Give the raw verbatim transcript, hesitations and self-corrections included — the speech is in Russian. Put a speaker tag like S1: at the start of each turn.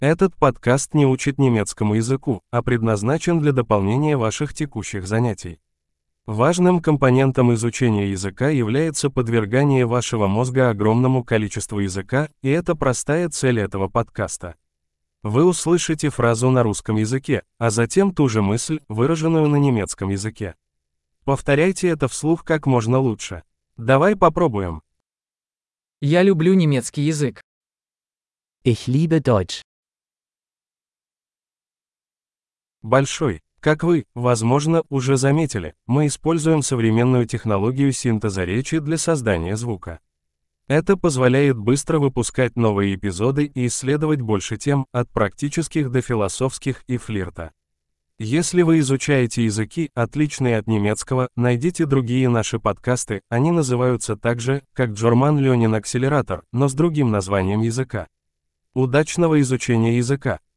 S1: Этот подкаст не учит немецкому языку, а предназначен для дополнения ваших текущих занятий. Важным компонентом изучения языка является подвергание вашего мозга огромному количеству языка, и это простая цель этого подкаста. Вы услышите фразу на русском языке, а затем ту же мысль, выраженную на немецком языке. Повторяйте это вслух как можно лучше. Давай попробуем.
S2: Я люблю немецкий язык.
S3: Ich liebe Deutsch.
S1: Большой. Как вы, возможно, уже заметили, мы используем современную технологию синтеза речи для создания звука. Это позволяет быстро выпускать новые эпизоды и исследовать больше тем, от практических до философских и флирта. Если вы изучаете языки, отличные от немецкого, найдите другие наши подкасты, они называются так же, как German Learning Accelerator, но с другим названием языка. Удачного изучения языка!